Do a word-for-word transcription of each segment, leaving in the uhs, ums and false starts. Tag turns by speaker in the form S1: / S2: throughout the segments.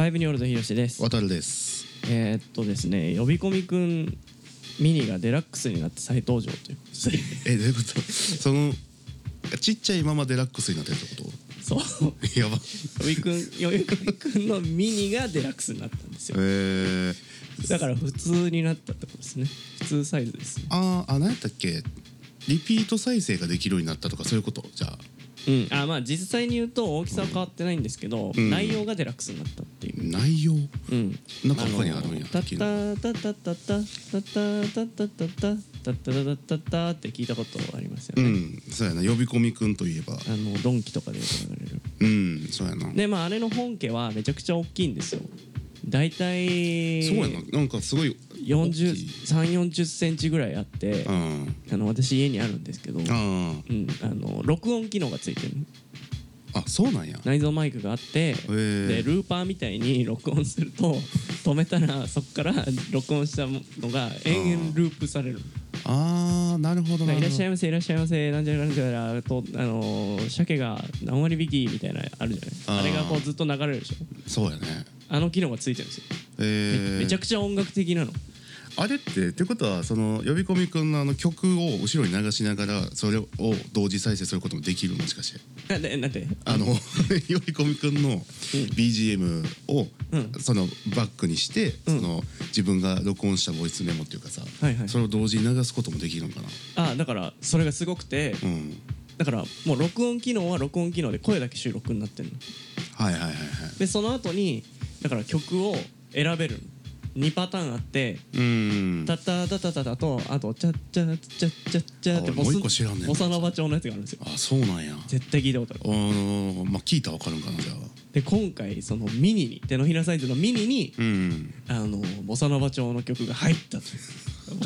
S1: ライブによるとひろしです。
S2: 渡るです。
S1: えー、っとですね、呼び込みくんミニがデラックスになって再登場ということで
S2: え、どういうこと？そのちっちゃいままデラックスになってるってこと？
S1: そう
S2: やば。
S1: 呼びくん呼び込みくんのミニがデラックスになったんですよ。
S2: えー、
S1: だから普通になったってことですね。普通サイズです、ね、
S2: あーあ、何やったっけ、リピート再生ができるようになったとかそういうこと？じゃあ
S1: うん、あまあ実際に言うと大きさは変わってないんですけど、うん、内容がデラックスになったっていう。
S2: 内容？うん 。 なんか他にあるんや。
S1: タッタタタタタタタタタタタタタタタタって聞いたことありますよね。
S2: うん、そうやな。呼び込みくんといえば
S1: あのドンキとかでよく流れる。
S2: うん、そうやな。
S1: でまああれの本家はめちゃくちゃ大きいんですよ。だいたい
S2: そうやな。なんかすごい
S1: よんじゅう、さんじゅう、よんじゅっセンチぐらいあって、うん、あの私家にあるんですけど、あ、うん、あの録音機能がついてる。
S2: あ、そうなんや。
S1: 内蔵マイクがあって、でルーパーみたいに録音すると止めたらそこから録音したのが延々ループされる。
S2: ああ、なるほどな。
S1: いらっしゃいませいらっしゃいませなんじゃらなんじゃらと、あのー、鮭が何割引きみたいなあるじゃないですか。 あ, あれがこうずっと流れるでしょ。
S2: そうやね。あ
S1: の機能がついてるんですよ。
S2: えー、
S1: め, めちゃくちゃ音楽的なの。
S2: あれってってことは、その呼び込みくんのあの曲を後ろに流しながらそれを同時再生することもできる？もしかして。
S1: なんでなんで
S2: あの呼び込みくんの ビージーエム を、うん、そのバックにして、うん、その自分が録音したボイスメモっていうかさ、はいはい、それを同時に流すこともできるのかな。
S1: あ、だからそれがすごくて、うん、だからもう録音機能は録音機能で声だけ収録になってるの。
S2: はいはいはいはい。
S1: でその後にだから曲を選べるの。にパターンあって、タッタタタタタと、あとチャッチャッチャッチャッチャってボスボサノバ調のやつがあるんですよ。
S2: あ、そうなんや。
S1: 絶対聞いたことある。
S2: あのまあ聞いたらわかるんかな。じゃあ
S1: で今回そのミニに手のひらサイズのミニに、うん、あのボサノバ調の曲が入ったという。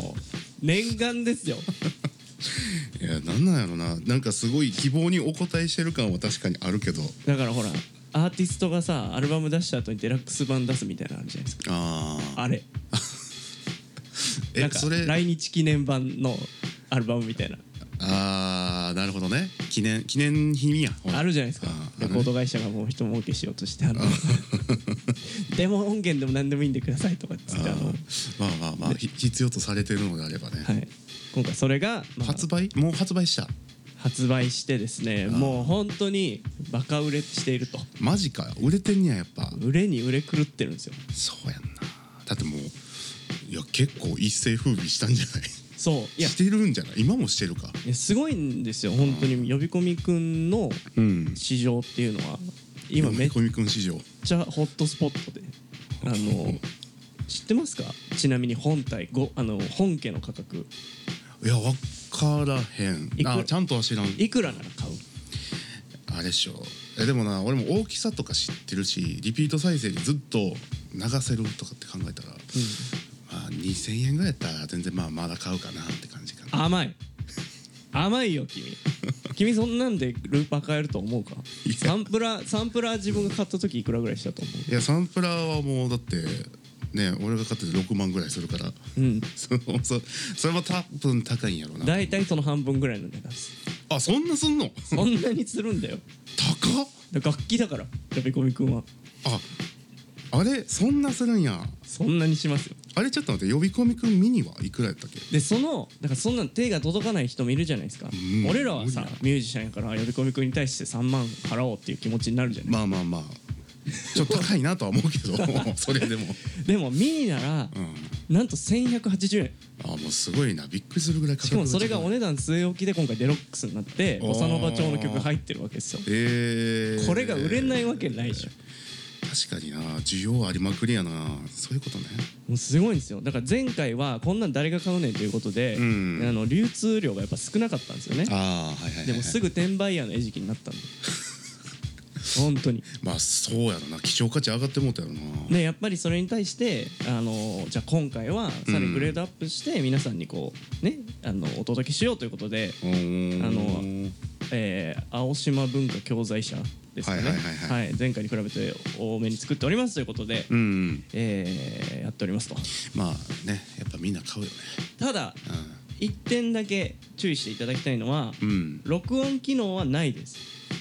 S1: もう念願ですよ。
S2: いや、なんなんやろな。なんかすごい希望にお応えしてる感は確かにあるけど、
S1: だからほらアーティストがさアルバム出した後にデラックス版出すみたいなのあるじゃないですか。ああれえなんかそれ来日記念版のアルバムみたいな。
S2: ああ、なるほどね。記念記念品や
S1: あるじゃないですか。レコード会社がもう一儲けしようとして、あのデモ音源でも何でもいいんでくださいとかっつって、あの
S2: まあまあまあ必要とされてるのであればね、
S1: はい、今回それが、まあ、
S2: 発売もう発売した
S1: 発売してですね、もう本当にバカ売れしていると。
S2: マジか。売れてんねや。やっぱ
S1: 売れに売れ狂ってるんですよ。
S2: そうやんな。だってもういや結構一世風靡したんじゃない？
S1: そういや
S2: してるんじゃない？今もしてるか。
S1: いやすごいんですよ本当に。呼び込みくんの市場っていうのは、うん、今めっちゃホットスポットで、あの知ってますか？ちなみに本体ごあの本家の価格。
S2: いや分からへん。あ、ちゃんとは知らん。
S1: いくらなら買う？
S2: あれでしょ。えでもな、俺も大きさとか知ってるし、リピート再生でずっと流せるとかって考えたら、うん、まあにせんえんぐらいやったら全然まあまだ買うかなって感じかな。
S1: 甘い甘いよ君。君そんなんでルーパー買えると思うか？サンプラーサンプラー自分が買った時いくらぐらいしたと思う？
S2: いやサンプラーはもうだってね、俺が買っててろくまんぐらいするから、うん、そ, そ, それも多分高いんやろうな。
S1: 大体その半分ぐらいの値段です。
S2: あ、そんなすんの？
S1: そんなにするんだよ。
S2: 高っ。
S1: 楽器だから呼び込みくんは。
S2: あ、あれそんなするんや。
S1: そんなにしますよ。
S2: あれちょっと待って、呼び込みくんミニはいくらやったっけ？
S1: でそのだからそんな手が届かない人もいるじゃないですか、うん、俺らはさミュージシャンやから呼び込みくんに対してさんまん払おうっていう気持ちになるじゃないですか。
S2: まあまあまあちょっと高いなとは思うけどそれでも
S1: でもミニなら、うん、なんとせんひゃくはちじゅうえん。
S2: あ、もうすごいな。びっくりするぐらい価格が違う。
S1: しかもそれがお値段据え置きで今回デロックスになってボサノバ調の曲入ってるわけですよ。えー、これが売れないわけないじゃん。
S2: 確かにな。需要ありまくりやな。そういうことね。
S1: もうすごいんですよ。だから前回はこんなん誰が買うねんということで、うん、あの流通量がやっぱ少なかったんですよね。あ、はいはいはいはい、でもすぐ転売ヤーの餌食になったんで本当に。まあ
S2: そうやろな。希少価値上がってもうたやろな。
S1: でやっぱりそれに対してあのじゃあ今回はさらにグレードアップして皆さんにこうねあのお届けしようということで、あの、えー、青島文化教材社ですかね、はいはいはいはいはい、前回に比べて多めに作っておりますということで、うんうん、えー、やっておりますと。
S2: まあね、やっぱみんな買うよね。
S1: ただ、うん、いってんだけ注意していただきたいのは、うん、録音機能はないです。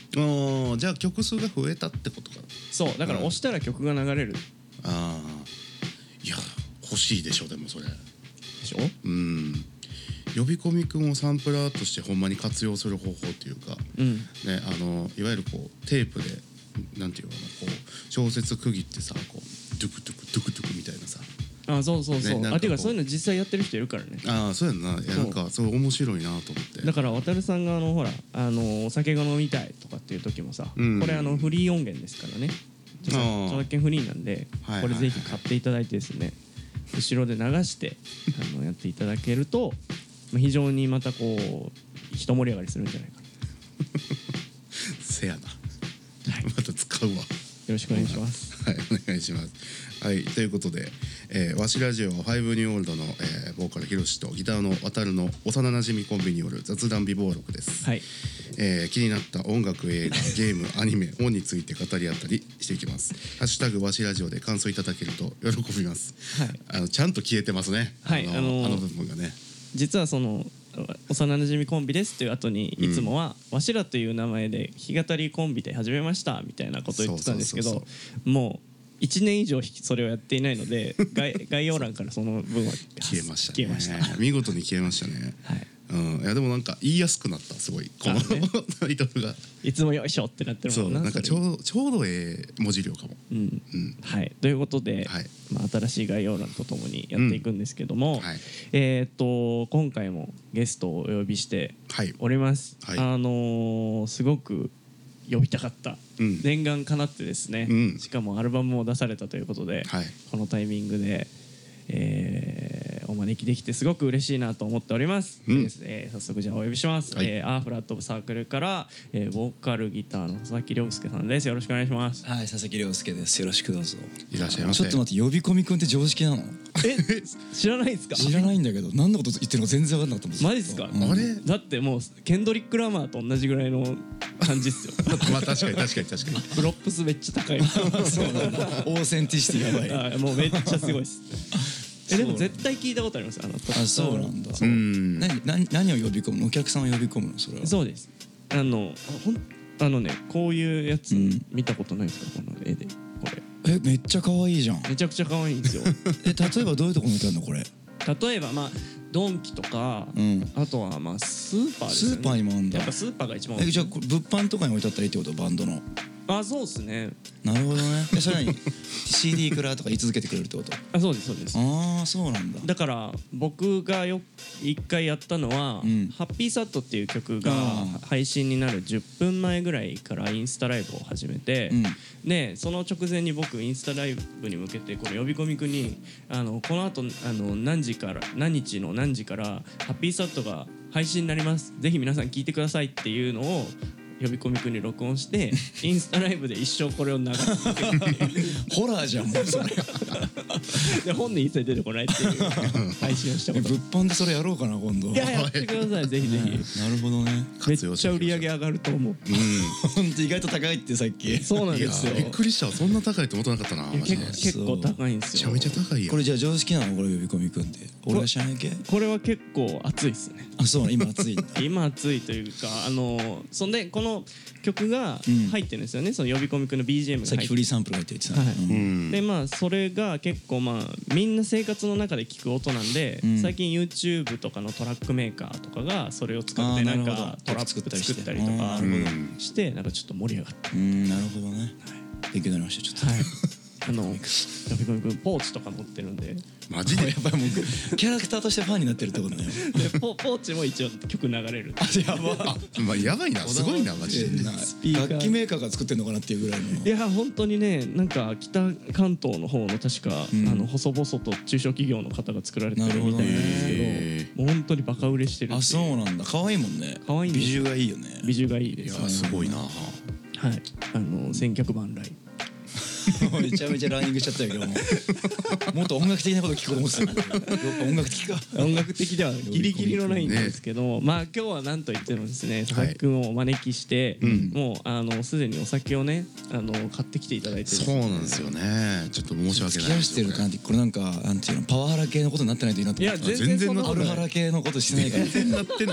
S2: ああ、じゃあ曲数が増えたってことか。
S1: そうだから押したら曲が流れる、
S2: ああ、いや欲しいでしょ。でもそれ
S1: でしょ。
S2: うん、呼び込みくんをサンプラーとしてほんまに活用する方法っていうか、
S1: うん
S2: ね、あのいわゆるこうテープでなんていうのかな、こう小節区切ってさ、こうドゥクドゥクドゥクドゥクみたいなさ。
S1: あそうそうそう、
S2: ね、なんかこう
S1: あていうかそういうの実際やってる人いるからね。
S2: ああそうやんな。いやなんかそれ面白いなと思って。
S1: だから渡さんがあのほらあのお酒が飲みたいとかっていう時もさ、
S2: うん、
S1: これあのフリー音源ですからね。著作権フリーなんで、
S2: はいはいはい、
S1: これぜひ買っていただいてですね、後ろで流してあのやっていただけると非常にまたこう一盛り上がりするんじゃないかな。
S2: せやな、はい、また使うわ。
S1: よろしくお願いします。
S2: はい、お願いします。はい、ということで、えー、わしラジオはファイブニューオールドの、えー、ボーカルひろしとギターの渡るの幼なじみコンビによる雑談美貌録です。
S1: はい、
S2: えー、気になった音楽、映画、ゲーム、アニメ、本について語り合ったりしていきます。ハッシュタグわしラジオで感想いただけると喜びます。はい、あのちゃんと消えてますね。
S1: はい、
S2: あの、
S1: あのー、
S2: あの部分がね。
S1: 実はその幼なじみコンビですっていう後にいつもはわしらという名前で弾き語りコンビで始めましたみたいなことを言ってたんですけど、もういちねん以上それをやっていないので概, 概要欄からその分は
S2: 消えましたね。
S1: 消えました。
S2: 見事に消えましたね。はい、うん、いやでもなんか言いやすくなった。すごいこの、ね、タイトルが
S1: いつもよいしょってなってるもんな。
S2: そうなんかちょうどちょうどええ文字量かも。
S1: うん、うん、はいということで、はい、まあ、新しい概要欄とともにやっていくんですけども、うん、はい、えっと今回もゲストをお呼びしております。はい、あのー、すごく呼びたかった、うん、念願かなってですね、うん、しかもアルバムも出されたということで、はい、このタイミングで、えー、お招きできてすごく嬉しいなと思っております。うん、でえー、早速じゃあお呼びします。はい、えー、アーフラットサークルから、えー、ボーカルギターの佐々木亮介さんです。よろしくお願いします。
S3: はい、佐々木亮介です。よろしくどうぞ。
S2: いらっしゃいませ。
S3: ちょっと待って、呼び込みくんって常識なの？
S1: え知らないですか？
S3: 知らないんだけど、何のこと言ってるのか全然分かんなかったもん。
S1: マジですか？
S2: うん、あれ
S1: だってもうケンドリック・ラマーと同じぐらいの感じっすよ。
S2: まあ確かに確かに確かに。
S1: プロップスめっちゃ高い。
S3: そうなんだ。オーセンティシティやばい。
S1: あ、もうめっちゃすごいっす。えでも絶対聞いたことあります。あの
S3: あ、そうなんだ。そう。何何何を呼び込むの？お客さんを呼び込むの？それは。
S1: そうです。あのほんあのね、こういうやつ見たことないですか、この絵でこ
S3: れ。えめっちゃ可愛いじゃん。
S1: めちゃくちゃ可愛いんですよ。
S3: え例えばどういうとこに置いてあるのこれ？
S1: 例えばまあドンキとか、うん、あとはまあスーパーですよね。
S3: スーパーにもあるんだ。
S1: やっぱスーパーが一番。
S3: えじゃあ物販とかに置いてあったらいいってこと？バンドの。
S1: あ、そうですね。
S3: なるほどね。えそれ何シーディー くらとか言い続けてくれるってこと？
S1: あ、そうですそうです。
S3: ああ、そうなんだ。
S1: だから僕がよ一回やったのは、うん、ハッピーサットっていう曲が配信になるじゅっぷんまえぐらいからインスタライブを始めて、うん、でその直前に僕インスタライブに向けてこの呼び込みくんにあのこの後あの何時から何日の何時からハッピーサットが配信になります。ぜひ皆さん聞いてくださいっていうのを呼び込みくんに録音してインスタライブで一生これを流すっていう
S3: ホラーじゃんもうそれ。
S1: で本人一切出てこないっていう配信をしたこと。
S3: 物販でそれやろうかな今度。
S1: いややってくださいぜひぜひ。
S3: なるほどね。
S1: めっちゃ売り上げ上がると思う。
S3: 本当意外と高いってさっき。
S1: そうなんですよ。
S2: びっくりした。そんな高いと思ってなかったな。
S1: 結構高いんですよ。
S2: めちゃめちゃ高いよ。
S3: これじゃあ常識なのこれ呼び込みくんって。俺は知らないけ。
S1: これは結構熱いですね。
S3: あ、そう今熱い。
S1: 今熱いというかあのそんでこの曲が入ってるんですよね、うん、その呼び込みくんの ビージーエム が入って
S3: さっきフリーサンプルが入って言ってた、はい、
S1: うん、でまあそれが結構まあみんな生活の中で聞く音なんで、うん、最近 YouTube とかのトラックメーカーとかがそれを使ってなんかトラップ作ったりとかしてなんかちょっと盛り上がって、
S3: うん、なるほどね、はい、勉強になりましたちょっと、はい、
S1: あの呼び込みくんポーチとか持ってるんで
S2: マジで
S3: やっぱりもうキャラクターとしてファンになってるってことね。
S1: で ポ, ポーチも一応曲流れる。
S3: あ、やば。
S2: あ、まあ、やばいな、すごいなマジで。
S3: 楽器メーカーが作ってんのかなっていうぐらいの。
S1: いや本当にね、なんか北関東の方の確か、うん、あの細々と中小企業の方が作られてるみたいなんですけど、もう本当にバカ売れしてる。
S3: あ、そうなんだ。可愛いもんね。
S1: 可愛い。
S3: 美獣がいいよね。
S1: 美獣がいいです。
S2: いやすごいな。はい。
S1: あの千脚万来。
S3: めちゃめちゃランニングしちゃったけどももっと音楽的なこと聞こうと思ってたやっぱ音楽的か
S1: 音楽的ではギリギリのラインなんですけど、ね、まあ今日は何と言ってもですね佐々木くんをお招きして、はい、もうあのすでにお酒をねあの買ってきていただいてる、ね、
S2: そうなんですよね。ちょっと申し訳ない
S3: 付き合わせてるかなってこれなんかなんていうのパワハラ系のことになってないといいなと思って。
S1: いや全然そんな
S3: アルハラ系のことしてないから
S2: 全然なってない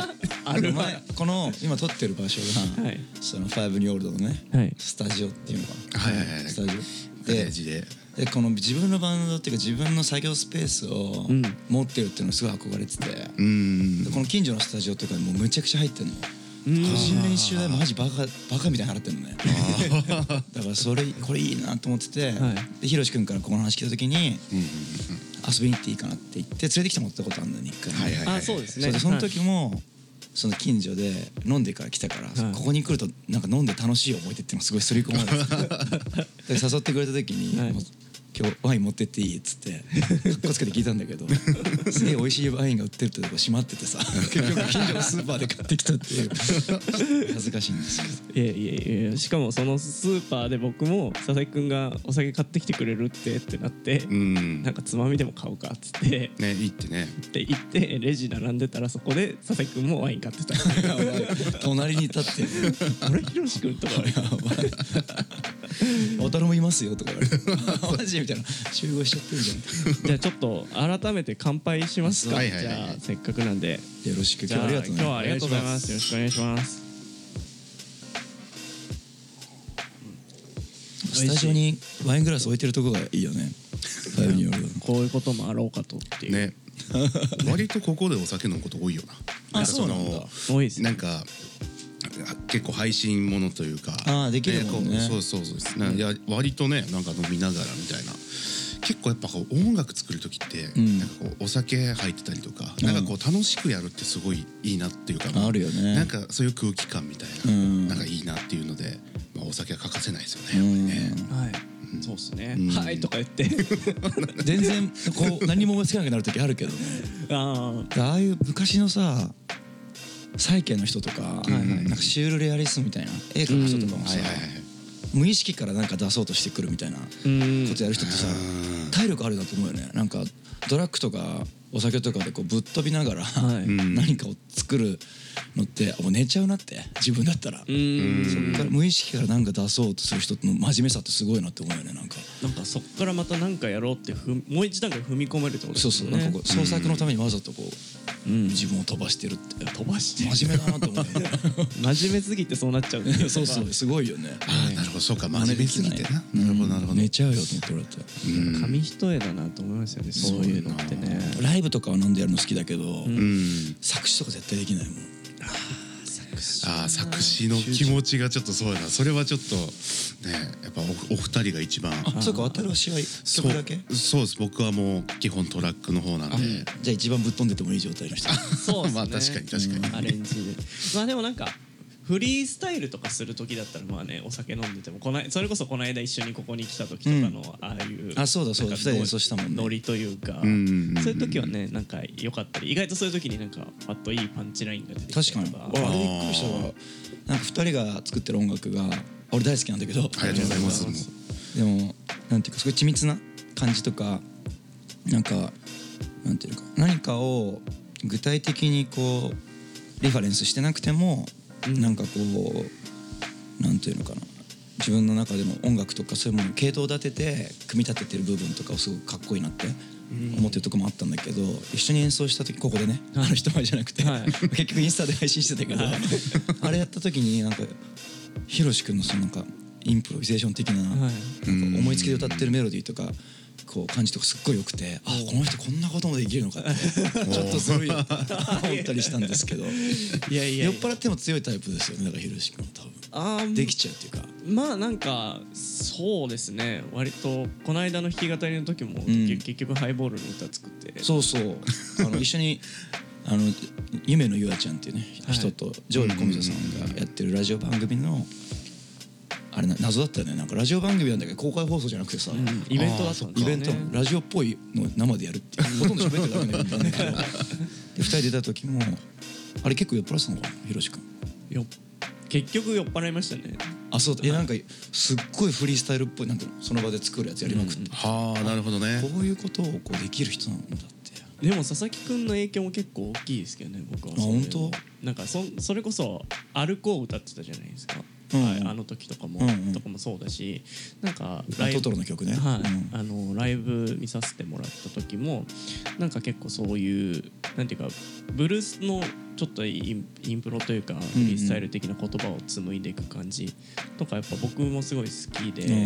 S1: アルファ
S3: 前この今撮ってる場所が、
S1: はい
S3: そのファイブニューオールドのね、
S1: はい、
S3: スタジオっていうのかな、
S2: はいはいはい、
S3: スタジオ
S2: ガレ
S3: で
S2: ージで
S3: でこの自分のバンドっていうか自分の作業スペースを
S1: うん
S3: 持ってるっていうのすごい憧れてて、
S2: うん
S3: でこの近所のスタジオとかにもうむちゃくちゃ入ってんの。
S1: うん
S3: 個人練習代マジバカバカみたいに払ってんのね。だからそれこれいいなと思ってて、
S1: はい
S3: でひろし君からこの話聞いた時に
S2: うんうん
S3: 遊びに行っていいかなって言って連れてきてもらったことあるんだよね一回ね。
S2: はいはいはい
S1: あそうですね
S3: それでその時も、その近所で飲んでから来たから、
S1: はい
S3: ここに来るとなんか飲んで楽しい思い出っていうのがすごい刷り込まれてで誘ってくれた時に、
S1: はい
S3: もう今日ワイン持ってっていいっつってかっこつけて聞いたんだけどすげえ美味しいワインが売ってるってとこ閉まっててさ結局近所のスーパーで買ってきたっていう恥ずかしいんですけど。
S1: いやいやいやしかもそのスーパーで僕も佐々木くんがお酒買ってきてくれるってってなって、
S2: うん
S1: なんかつまみでも買おうかっつって
S2: ねいいってね
S1: って言ってレジ並んでたらそこで佐々木くんもワイン買ってた
S3: 隣に立って
S1: あれひろしくんとか
S3: 渡るもいますよとか言われてマジみたいな集合しちゃってるじゃん
S1: じゃあちょっと改めて乾杯しますか。
S2: はいはいはい
S1: じゃあせっかくなんで
S3: よろしく
S1: じゃあ
S3: 今日はありがとうね。
S1: 今日はありがとうございます。よろしくお願いします。
S3: スタジオにワイングラス置いてるとこがいいよね。ファイブによる
S1: こういうこともあろうかとっていう、
S2: ね割とここでお酒飲むこと多いよな。
S3: あ
S2: なんか
S3: そうなんだ。
S1: 多いですね。
S2: なんか結構配信ものというか
S3: あーできるもんね
S2: こうそうそうそうなんかいや割とねなんか飲みながらみたいな結構やっぱこう音楽作る時って、
S3: ん
S2: なんかこうお酒入ってたりとか、
S3: うん
S2: なんかこう楽しくやるってすごいいいなっていうか、
S3: あるよね
S2: なんかそういう空気感みたいな、
S3: うん
S2: なんかいいなっていうので、まあ、お酒は欠かせないですよねやっぱりね。
S1: はい、そうですね、
S2: うん
S1: はいとか言って
S3: 全然こう何も思いつかなくなる時あるけどね。
S1: あ
S3: ああいう昔のさ債権の人とか、
S2: いはい
S3: なんかシュールレアリストみたいな絵描く人とかもさ、
S2: はいはいはい
S3: 無意識からなんか出そうとしてくるみたいなこ
S1: うん
S3: とやる人ってさ、
S2: うん
S3: 体力あるなと思うよね。なんかドラッグとかお酒とかでこうぶっ飛びながら、
S1: はい
S2: うん
S3: 何かを作るのってもう寝ちゃうなって自分だったら、
S1: うん
S3: そっから無意識から何か出そうとする人の真面目さってすごいなって思うよね。なんか
S1: なんかそっからまた何かやろうってふもう一段階踏み込めるってことですよね。
S3: そうそう、なんかこう創作のためにわざとこう、
S1: うん
S3: 自分を飛ばしてるって
S1: 飛ばして
S3: 真面目だなと思うよね
S1: 真面目すぎてそうなっちゃうっていう
S3: そうそうすごいよね。
S2: ああなるほどそうか真面目すぎてな。なるほどなるほど。
S3: 寝ちゃうよと思って俺だって
S2: うん
S1: 紙一重だなと思いますよね、そういうのってね。
S3: ライブとかは飲んでやるの好きだけど、
S2: うん
S3: 作詞とか絶対できないもん。
S2: ああ作詞の気持ちがちょっとそうやな。それはちょっとねやっぱおお二人が一番。
S3: あ、そうか、渡るは試合
S2: そう
S3: 曲だけ。
S2: そうです。僕はもう基本トラックの方なんで。
S3: じゃあ一番ぶっ飛んでてもいい状態の人。
S1: そうですね。
S2: まあ確かに確かに
S1: アレンジで。まあでもなんかフリースタイルとかする時だったらまあねお酒飲んでてもこないそれこそこの間一緒にここに来た時とかのああいう、
S3: あそうだそうだ
S1: なんか
S3: 二人で演奏したもんね
S1: ノリというか、
S2: んうんうん
S1: そういう時はねなんか良かったり意外とそういう時になんかパッといいパンチラインが出てきたりとか。
S3: 確かに。俺あれびっくりしたわ。なんか二人が作ってる音楽が俺大好きなんだけど。
S2: ありがとうございます。もう
S3: でもなんていうかすごい緻密な感じとかなんかなんていうか何かを具体的にこうリファレンスしてなくても、
S1: うん
S3: なんかこうなんていうのかな自分の中での音楽とかそういうものを系統立てて組み立ててる部分とかをすごくかっこいいなって思ってるとこもあったんだけど、一緒に演奏した時ここでねあの人前じゃなくて、
S1: はい
S3: 結局インスタで配信してたけど、あれやった時になんかひろし君のそのなんかインプロビゼーション的な、
S1: はい
S3: なんか思いつきで歌ってるメロディーとかこう感じとかすっごい良くて、あこの人こんなこともできるのかってちょっとそういう思ったりしたんですけど、
S1: いやいや
S3: 酔っ払っても強いタイプですよね。だからひろし君は多分
S1: あー
S3: できちゃうっていうか。
S1: まあなんかそうですね割とこの間の弾き語りの時も、
S3: ん
S1: 結局ハイボールの歌作って
S3: そうそうあの一緒にあの夢のゆあちゃんっていうね、
S1: はい
S3: 人とジョージ小溝さんがやってるラジオ番組のあれな謎だったよね。なんかラジオ番組なんだけど公開放送じゃなくてさ、
S1: うんイベントだったんですよね。
S3: イベントラジオっぽいの生でやるっていうほとんど喋ってるだけなんだけどでふたりで出た時もあれ結構酔っ払ってたのかなひろし君。
S1: よ結局酔っ払いましたね。
S3: あそうだいやなんかすっごいフリースタイルっぽいなんていうのその場で作るやつやりまくって、
S2: はあなるほどね。
S3: こういうことをこうできる人なんだって。
S1: でも佐々木くんの影響も結構大きいですけどね僕は。
S3: あ本当
S1: なんかそそれこそアルコを歌ってたじゃないですか。
S3: うん
S1: はい、あの時とかも、
S3: うんうん
S1: とかもそうだしなんか
S3: あトトロの曲ね。
S1: はい
S3: うん
S1: あのライブ見させてもらった時もなんか結構そういうなんていうかブルースのちょっとイン、インプロというかフリースタイル的な言葉を紡いでいく感じとかやっぱ僕もすごい好きで、うん、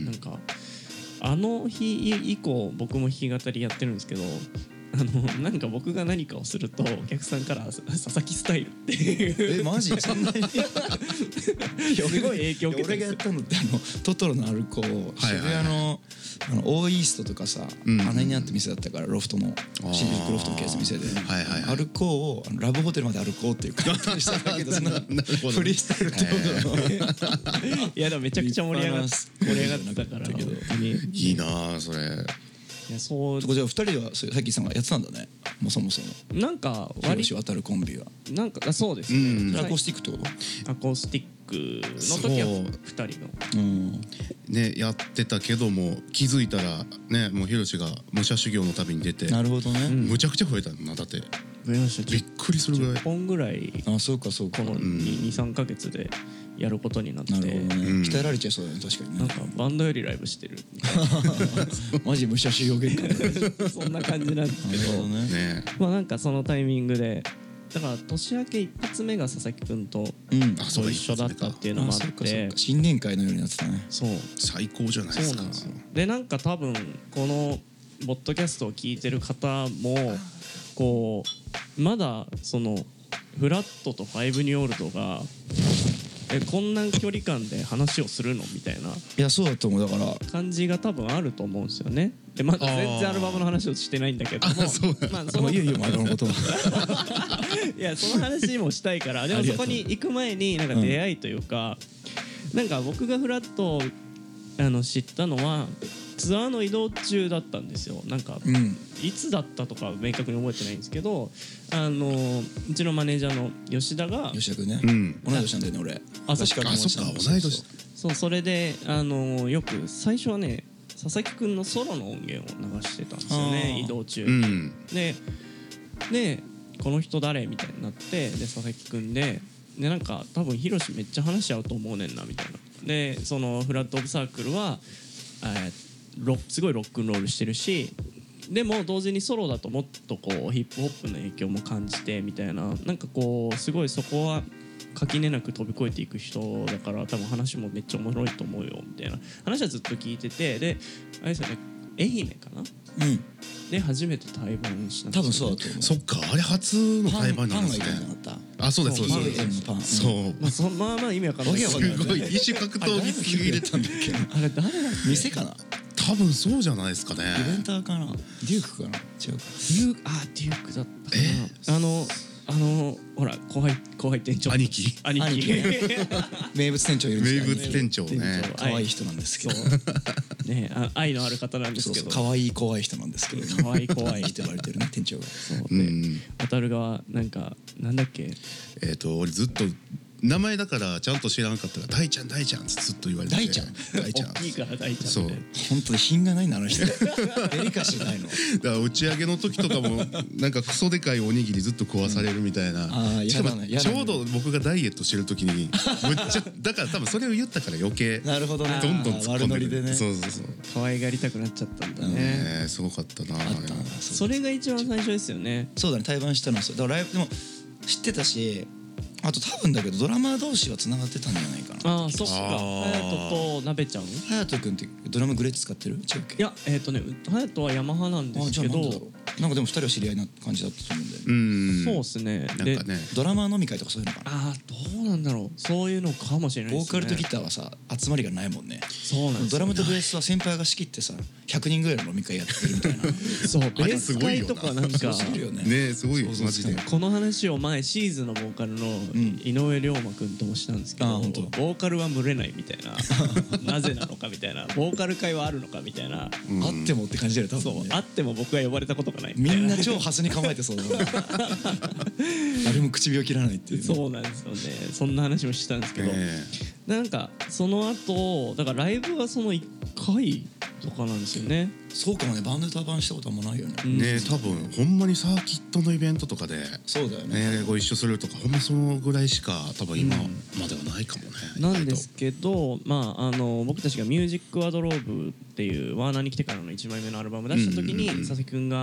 S1: なんかあの日以降僕も弾き語りやってるんですけど、あのなんか僕が何かをするとお客さんから佐々木スタイルっていう
S3: えマジそんなにす
S1: ごい影響を受けてるんですよ。
S3: 俺がやったのってあのトトロのアルコー、渋谷のあのオーイーストとかさ、うん、あの辺にあった店だったからロフトの新宿ロフトのケース店で、はいはいはい、アルコーをあのラブホテルまで歩こうっていう感じしたんだけどそんなフリースタイルってことの
S1: いやでもめちゃくちゃ盛り上がっ盛り上がってたから本当に
S2: いいなそれ。
S3: いやそうじゃあふたりはさっきさんがやってたんだね。もうそもそも
S1: なんか
S3: 割と渡るコンビは
S1: なんかそうですね、うん、
S3: アコースティックってこと？
S1: アコースティックの時はふたりの、
S2: うんね、やってたけども気づいたらねもうヒロシが武者修行の旅に出て
S3: なるほどね、
S2: うん、むちゃくちゃ増えたんだ。だって
S1: 増えました。
S2: びっくりするぐらい
S1: じゅっぽんぐらい
S3: あそうかそうか
S1: この にさんかげつでやることになって、
S3: なるほどね、うん、鍛えられちゃいそうだね確かにね。
S1: なんかバンドよりライブしてる
S3: マジ武者修行月間
S1: そんな感じなんですけど、ねね、まあなんかそのタイミングでだから年明け一発目が佐々木くんと一緒だったっていうのもあって、
S3: うん、新年会のようになってたね。
S1: そう
S2: 最高じゃないですか。
S1: そうなんですよ。でなんか多分このポッドキャストを聞いてる方もこうまだそのフラットとファイブニューオールドがえこんな距離感で話をするのみたいない
S3: やそうだと思う。だから
S1: 感じが多分あると思うんですよね。でまだ全然アルバムの話をしてないんだけども、
S2: あそう
S1: まあその
S3: いやいやアルバムのこと
S1: いやその話もしたいからでもそこに行く前になんか出会いというか、うん、なんか僕がフラットあの知ったのはツアーの移動中だったんですよ。なんか、うん、いつだったとか明確に覚えてないんですけど、あのうちのマネージャーの吉田が
S3: 吉田君ね、うん、同い年なんだよね俺。
S1: あそっか
S2: 同い年。
S1: そうそれであのよく最初はね佐々木くんのソロの音源を流してたんですよね移動中、うん、ででこの人誰みたいになってで佐々木くんででなんか多分ヒロシめっちゃ話し合うと思うねんなみたいな。でそのフラットオブサークルはえロすごいロックンロールしてるしでも同時にソロだともっとこうヒップホップの影響も感じてみたいななんかこうすごいそこは垣根なく飛び越えていく人だから多分話もめっちゃおもろいと思うよみたいな話はずっと聞いててであれですよね愛媛かな、うん、で初めて対バンしたんですよ、ね、
S3: 多分そうだと思う。
S2: そっかあれ初の対バンなんですね。あそうですそうです
S3: パン
S2: そう、
S1: まあ、そまあまあ意味わかんないです
S2: けどすごい異種格闘技すぎ入れたんだっけ
S1: あれ誰だっけ
S3: 店かな
S2: 多分そうじゃないですかね。
S3: イベンターかなデュークかな違うか
S1: デュークあデュークだったかなあのあのほら後輩後輩店長
S2: 兄貴
S1: 兄貴
S3: 名物店長いるんです
S2: か、ね、名物店長ね
S3: 可愛い人なんですけど
S1: ねあ愛のある方なんですけど
S3: 可愛い怖い人なんですけど
S1: 可愛い怖い
S3: って言われてるね店長が
S1: そうで渡るがなんかなんだっけ
S2: えっと俺ずっと名前だからちゃんと知らなかったら大ちゃん大ちゃんってずっと言われて
S3: 大ちゃん
S2: 大ちゃん
S1: 大きいから大ちゃん
S2: そう
S3: 本当に品がないなあの人デリカシーないの
S2: だから打ち上げの時とかもなんかクソでかいおにぎりずっと食わされるみたいな、うん、あしかもちょうど僕がダイエットしてる時にむっちゃだから多分それを言ったから余計
S3: なるほどね
S2: どんどん突っ込んでくる、
S3: ね、
S2: そうそうそう
S1: 可愛がりたくなっちゃったんだね、
S2: ねすごかったなあったな
S1: それが一番最初ですよね。
S3: そうだね対バンしたのはそうだからライブでも知ってたしあと多分だけどドラマー同士はつながってたんじゃないかな。
S1: ああそっか隼人となべちゃん
S3: 隼人君ってドラムグレッチ使ってる違うっけ。
S1: いやえっ、ー、とね隼人はヤマハなんですけど
S3: なんなんかでもふたりは知り合いな感じだったと思うんだよね。
S2: うん
S1: そうですね。
S2: なんかね
S3: ドラマー飲み会とかそういうのかな。
S1: ああどうなんだろうそういうのかもしれないですね。
S3: ボーカルとギターはさ集まりがないもんね。
S1: そうなんですよ。
S3: ドラムとベースは先輩が仕切ってさひゃくにんぐらいの飲み会やってるみたいな
S1: そうベース会とかなんか
S3: すごいよね。
S2: ねすごいよマジで。
S1: この話を前シーズンのボーカルの井上龍馬くんともしたんですけど、ボーカルは群れないみたいななぜなのかみたいなボーカル会はあるのかみたいな、
S3: うん、あってもって感じだよ多分、ね、
S1: そうあっても僕は呼ばれたことがないみたいな
S3: みんな超ハスに構えてそうだ誰も唇を切らないっていう、
S1: ね、そうなんですよね。そんな話もしたんですけど、えー、なんかその後だからライブはそのいっかいとかなんですよね。
S3: そうかもねバンドで対バンしたことあんまないよね、
S2: うん、ね多分ほんまにサーキットのイベントとかで
S3: そうだよね、
S2: ねご一緒するとかほんまそのぐらいしか多分今まではないかもね、
S1: うん、なんですけど、まあ、あの僕たちが「ミュージックワドローブ」っていうワーナーに来てからのいちまいめのアルバム出した時に、うんうんうん、佐々木くんが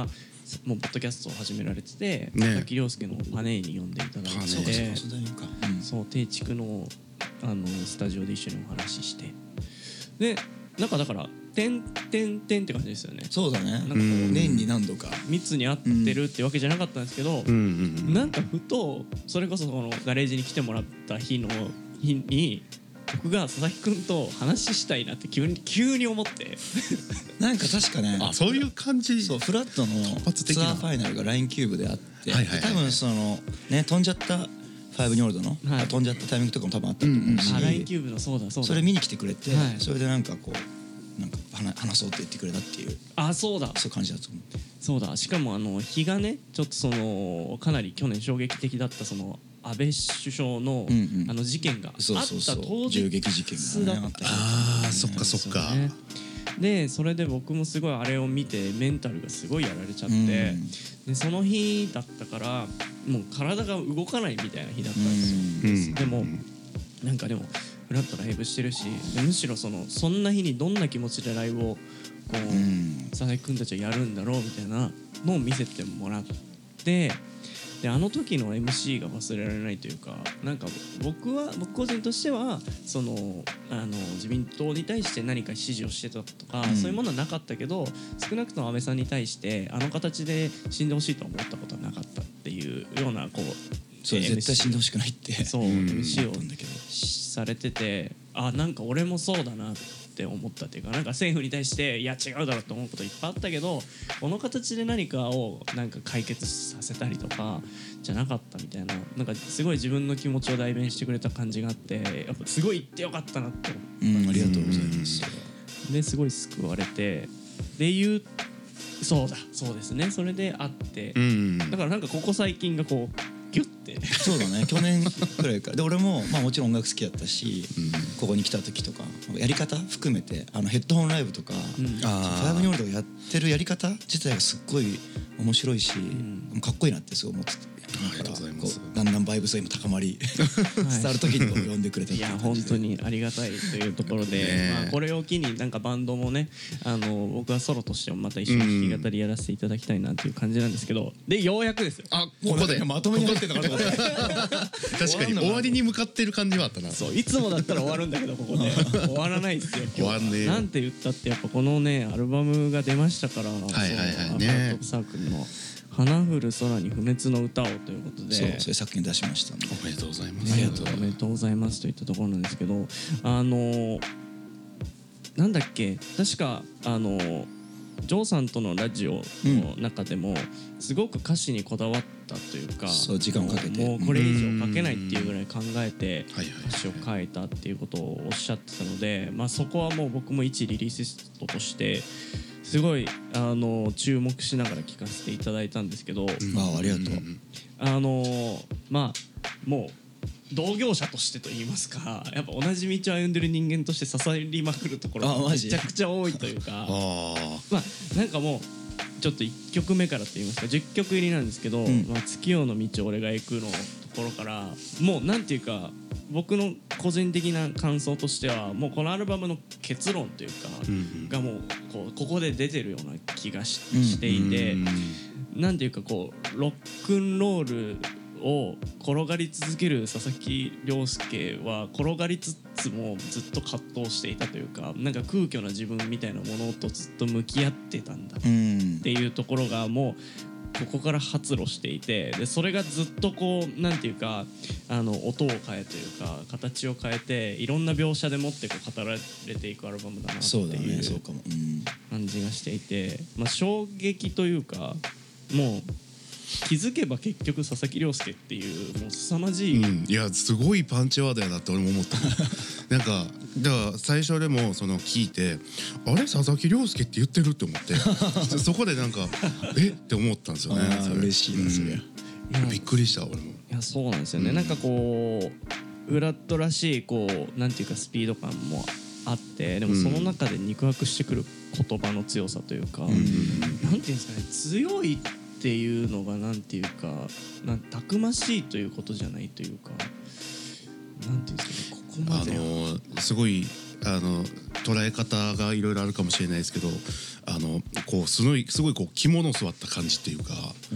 S1: もうポッドキャストを始められてて、
S2: ね
S1: 佐々木亮介のパネーに呼んでいただいて、
S2: パネー
S3: そうかそうかそうだよか、うん、
S1: そう定築のあのスタジオで一緒にお話しして、でなんかだから点点点って感じですよね。
S3: そうだね。
S1: なんかこう
S3: 年に何度か
S1: 密に合ってるってわけじゃなかったんですけど、
S2: うんうんうん、
S1: なんかふとそれこそこのガレージに来てもらった日の日に僕が佐々木くんと話したいなって急に急に思って
S3: なんか確かね、
S2: あそういう感じ。
S3: そうフラットの
S2: 発的な
S3: ツアーファイナルが ライン キューブであって、
S2: はいはいはいはい、
S3: 多分そのね飛んじゃったファイブニョールドの、
S1: はい、
S3: 飛んじゃったタイミングとかも多分あったと思うし、
S1: うん、あ ライン キューブのそうだそうだ
S3: それ見に来てくれて、
S1: はい、
S3: それでなんかこうなんか話そうって言ってくれたっていう、
S1: あそうだ
S3: そういう感じだと思う。
S1: そうだ、しかもあの日がねちょっとそのかなり去年衝撃的だったその安倍首相の、うんうん、あの事件があった当日
S3: 銃撃事件が、ね、あった日
S2: ああそっかそっか、
S1: ね、でそれで僕もすごいあれを見てメンタルがすごいやられちゃって、うん、でその日だったからもう体が動かないみたいな日だったんですよ、うん、でもなんかでもフラットライブしてるし、むしろそのそんな日にどんな気持ちでライブをこう、うん、佐々木くんたちはやるんだろうみたいなのを見せてもらって、であの時の エムシー が忘れられないというか、なんか僕は僕個人としてはそのあの自民党に対して何か指示をしてたとか、うん、そういうものはなかったけど、少なくとも安倍さんに対してあの形で死んでほしいとは思ったことはなかったっていうようなこう
S3: そう絶対死んでほしくないって
S1: そう エムシー をされてて、あなんか俺もそうだなって思ったっていうか、なんか政府に対していや違うだろうと思うこといっぱいあったけど、この形で何かをなんか解決させたりとかじゃなかったみたいな、なんかすごい自分の気持ちを代弁してくれた感じがあって、やっぱすごい言ってよかったなって思った、
S3: うん、ありがとうございます。
S1: ですごい救われて、で言うそうだそうですね、それであって、うん、だからなんかここ最近がこうギュッて
S3: そうだね去年くらいからで、俺もまあもちろん音楽好きだったし、うん、ここに来た時とかやり方含めてあのヘッドホンライブとか、うん、ファイブニョールドがやってるやり方自体がすっごい面白いし、うん、かっこいいなってすごい思ってて、
S2: ありがとうございます。
S3: だんだんバイブスが今高まり伝わる時に呼んでくれたっていう感じで、いや
S1: 本当にありがたいというところで、まあ、これを機になんかバンドもね、あの僕はソロとしてもまた一緒に弾き語りやらせていただきたいなっていう感じなんですけど、でようやくですよ、
S2: あここで
S3: まとめに入ってんのかと思って確
S2: かに終わりに向かってる感じはあったな。
S1: そういつもだったら終わるんだけどここで終わらないですよ今日は。終わんねえよ。なんて言ったってやっぱこのねアルバムが出ましたから、はい
S2: はいはいね、
S1: アパートサークルの花降る空に不滅の歌をということで、
S3: そうそういう作品出しましたね。
S2: おめでとうございます。
S1: ありがとうおめでとうございますといったところなんですけど、あのなんだっけ確かあのジョーさんとのラジオの中でもすごく歌詞にこだわったというか、
S3: そう時間をかけて
S1: もうこれ以上書けないっていうぐらい考えて歌詞を書いたっていうことをおっしゃってたので、まあそこはもう僕も一リリーシストとしてすごいあの注目しながら聴かせていただいたんですけど、
S3: ああありがとう。
S1: あのまあもう同業者としてと言いますか、やっぱ同じ道を歩んでる人間として刺さりまくるところがめちゃくちゃ多いというか、あまあなんかもうちょっといっきょくめからと言いますかじゅっきょく入りなんですけど、うんまあ、月夜の道を俺が行くのところからもうなんていうか僕の個人的な感想としてはもうこのアルバムの結論というか、うん、がもうこうここで出てるような気が し,、うん、していて、うん、なんていうかこうロックンロールを転がり続ける佐々木亮介は転がりつつもずっと葛藤していたというか、なんか空虚な自分みたいなものとずっと向き合ってたんだっていうところがもうここから発露していて、でそれがずっとこうなんていうかあの音を変えというか形を変えていろんな描写でもってこう語られていくアルバムだなっていう感じがしていて、まあ衝撃というかもう気づけば結局佐々木亮介っていうもう凄まじい、
S2: うん、いやすごいパンチワードやなって俺も思ったなんかだから最初でもその聞いてあれ佐々木亮介って言ってるって思ってそこでなんかえって思ったんですよね。
S3: 嬉しいなそれ、
S2: うん、びっくりした俺も。
S1: いやそうなんですよね、うん、なんかこうフラットらしいこうなんていうかスピード感もあって、でもその中で肉薄してくる言葉の強さというか、うん、なんていうんですかね、強いっていうのがなんていうかなんたくましいということじゃないというか、なんていうんですかね、ここまで
S2: あのすごいあの捉え方がいろいろあるかもしれないですけど、あのこうすごいすごいこう肝の据わった感じっていうか、うん、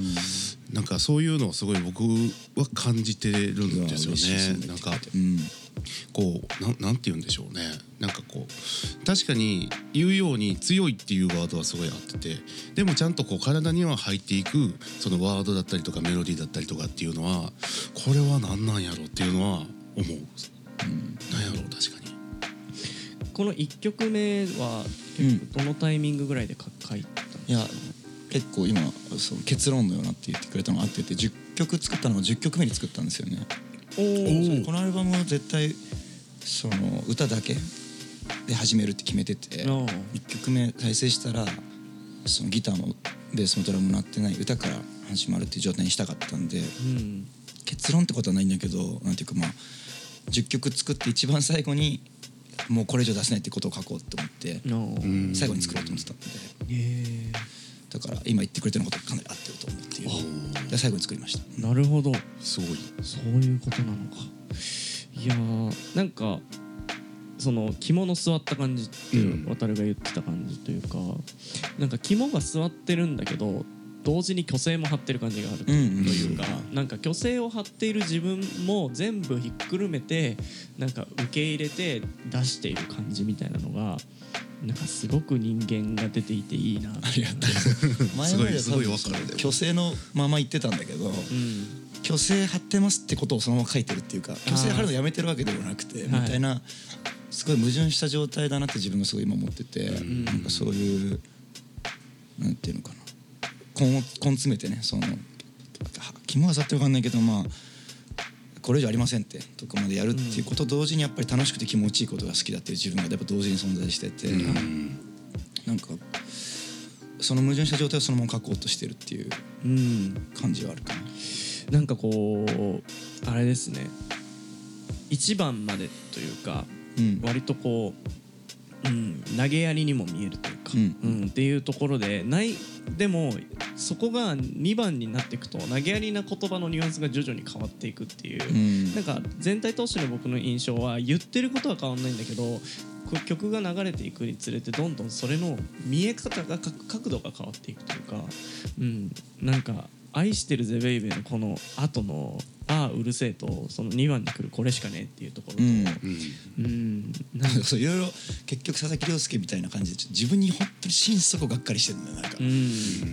S2: なんかそういうのをすごい僕は感じてるんですよね。なんか、うん、こう な, なんて言うんでしょうね。なんかこう確かに言うように強いっていうワードはすごいあってて、でもちゃんとこう体には入っていくそのワードだったりとかメロディーだったりとかっていうのは、これは何なんやろっていうのは思う、うん、なんやろう。確かに
S1: このいっきょくめは結構どのタイミングぐらいで書いたの？
S3: いや結構今その結論のようなって言ってくれたのがあってて、じゅっきょく作ったのはじゅっきょくめに作ったんですよね。おこのアルバムは絶対その歌だけで始めるって決めてて、いっきょくめ再生したらそのギターもベースもドラムも鳴ってない歌から始まるっていう状態にしたかったんで、うん、結論ってことはないんだけど、なんていうかまあじゅっきょく作って一番最後にもうこれ以上出せないってことを書こうって思って最後に作ろうと思ってたんで、だから今言ってくれてることがかなり合ってると思うっていうで最後に作りました。
S1: なるほど、
S2: すごい
S1: そういうことなのか。いやーなんかその肝の座った感じっていう、うん、渡るが言ってた感じというか、なんか肝が座ってるんだけど同時に虚勢も張ってる感じがあるというか、うん、なんか虚勢を張っている自分も全部ひっくるめてなんか受け入れて出している感じみたいなのがなんかすごく人間が出ていていいな。
S3: ありがとう。前まで多分虚勢のまま言ってたんだけど、うん、虚勢張ってますってことをそのまま書いてるっていうか、虚勢張るのやめてるわけでもなくてみたいな、すごい矛盾した状態だなって自分がすごい今思ってて、うん、なんかそういうなんていうのかな、根を根詰めてね、その肝がさって分かんないけど、まあこれ以上ありませんってとこまでやるっていうことと同時にやっぱり楽しくて気持ちいいことが好きだっていう自分がやっぱ同時に存在してて、うん、なんかその矛盾した状態をそのまま書こうとしてるっていう感じはあるかな。
S1: なんかこうあれですね、一番までというか、うん、割とこう、うん、投げやりにも見えるというか、うんうん、っていうところでないでもそこがにばんになっていくと投げやりな言葉のニュアンスが徐々に変わっていくっていう、うん、なんか全体通しての僕の印象は言ってることは変わんないんだけど曲が流れていくにつれてどんどんそれの見え方が角度が変わっていくというか、うん、なんか愛してるぜベイベーのこの後のああうるせえとそのにばんに来るこれしかねえっていうところと、うん
S3: うん、なんかそういろいろ結局佐々木亮介みたいな感じで自分に本当に心底がっかりしてるんだよなんか、うん、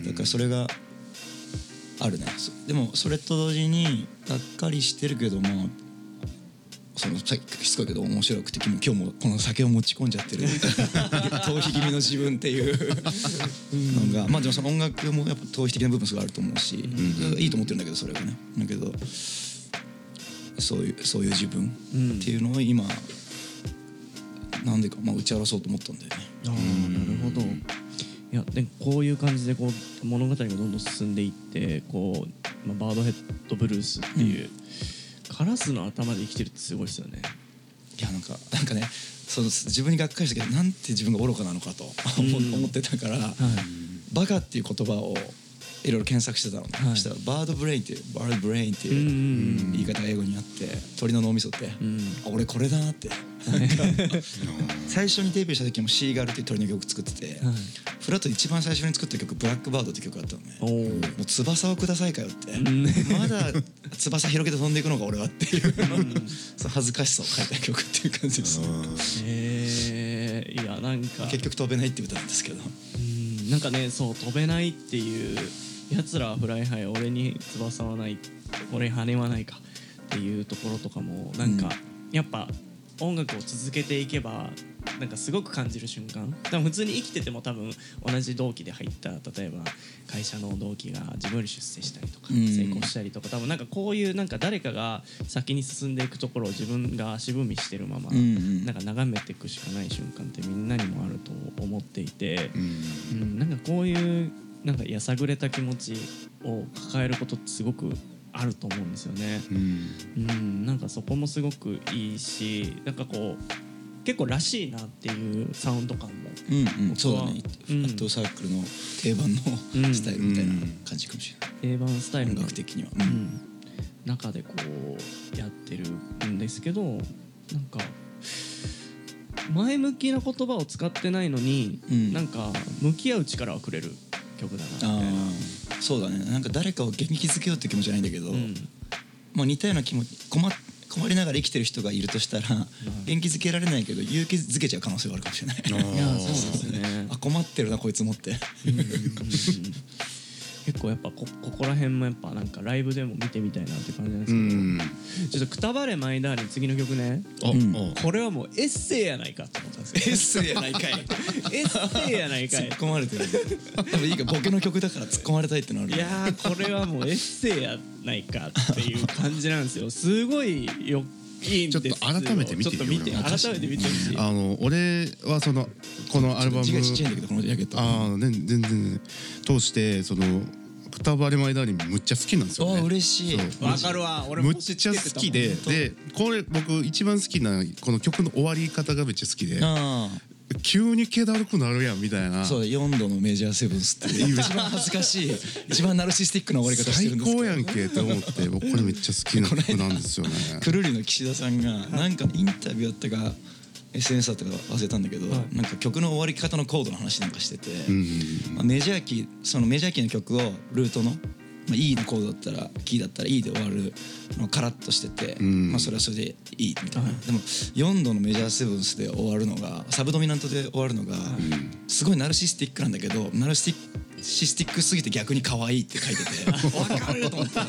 S3: だからそれがあるね。でもそれと同時にがっかりしてるけどもそのさっきしつこいけど面白くて今日もこの酒を持ち込んじゃってる逃避気味の自分っていうのがまあでもその音楽もやっぱ逃避的な部分すごいあると思うし、うん、いいと思ってるんだけどそれがねだけどそういうそういう自分っていうのを今なんでかまあ打ち表そうと思ったんだよね。
S1: ああなるほど。いやでこういう感じでこう物語がどんどん進んでいってこう、まあ、バードヘッドブルースっていう、うん、カラスの頭で生きてるってすごいですよね。
S3: いやなんかなんかねその自分にがっかりしたけどなんて自分が愚かなのかと、うん、思ってたから、はい、バカっていう言葉をいろいろ検索してたのね、はい、そしたらバードブレインっていうバードブレインっていう言い方が英語にあって鳥の脳みそって、うん、俺これだなって最初にデビューした時もシーガルっていう鳥の曲作ってて、はい、フラットで一番最初に作った曲ブラックバードって曲があったのね。もう翼をくださいかよって、うん、まだ翼広げて飛んでいくのが俺はっていう、うん、その恥ずかしさを書いた曲っていう感じです。
S1: へえー、いやなんか
S3: 結局飛べないって歌なんですけど、
S1: うん、なんかねそう飛べないっていうやつらはフライハイ俺に翼はない俺に羽はないかっていうところとかもなんか、うん、やっぱ音楽を続けていけばなんかすごく感じる瞬間多分普通に生きてても多分同じ同期で入った例えば会社の同期が自分より出世したりとか成功したりとか多分なんかこういうなんか誰かが先に進んでいくところを自分が足踏みしてるままなんか眺めていくしかない瞬間ってみんなにもあると思っていて、うん、なんかこういうなんかやさぐれた気持ちを抱えることってすごくあると思うんですよね、うんうん、なんかそこもすごくいいしなんかこう結構らしいなっていうサウンド感も、
S3: うんうん、そうだね、うん、フラットサークルの定番のスタイルみたいな感じかもしれない、
S1: 定番スタイル
S3: 音楽的には、
S1: うん、中でこうやってるんですけどなんか前向きな言葉を使ってないのに、
S3: うん、
S1: なんか向き合う力をくれる曲だなみたいな。
S3: あそうだね、なんか誰かを元気づけようって気持ちじゃないんだけど、うん、もう似たような気持ち 困, 困りながら生きてる人がいるとしたら、うん、元気づけられないけど勇気づけちゃう可能性はあるかもしれない。い
S1: やそうですね
S3: あ困ってるなこいつもってうんうん、うん、
S1: 結構やっぱ こ, ここら辺もやっぱなんかライブでも見てみたいなって感じなんですけど、うん、ちょっとくたばれマイダーリン次の曲ね、うん、これはもうエッセイやないかって思ったんですよ。
S3: エッセイやないかい
S1: エッセイやないかい
S3: 突っ込まれてる多分いいかボケの曲だから突っ込まれたいってのある。
S1: いやーこれはもうエッセイやないかっていう感じなんですよ。すごいよいいんですよ。
S2: ちょっっと改めて見て
S1: ちょっと見て改めて見てほしい。
S2: あの俺はそのこのアルバム
S3: 字がちっちゃいんだけどこのジャケット
S2: ああ、ね、全然、ね、通してそのくたばれマイダーリンむっちゃ好きなんですよね。
S3: あ嬉しい。
S1: わかるわ。俺
S2: むっちゃ好きででこれ僕一番好きなこの曲の終わり方がめっちゃ好きで、あ急に気だるくなるやんみたいな。
S3: そうよんどのメジャーセブンスっていう一番恥ずかしい一番ナルシスティックな終わり方してるんですけど
S2: 最高やんけって思って僕これめっちゃ好きな曲なんですよね。
S3: くるりの岸田さんがなんかインタビューだったか エスエヌエス だったか忘れたんだけど、はい、なんか曲の終わり方のコードの話なんかしてて、うんまあ、メジャーキーそのメジャーキーの曲をルートの、まあ、E のコードだったらキーだったら E で終わるのカラッとしてて、うんまあ、それはそれでいいみたいな、はい、でもよんどのメジャーセブンスで終わるのがサブドミナントで終わるのが、はい、すごいナルシスティックなんだけどナルシスティックすぎて逆に可愛いって書いてて分かると思って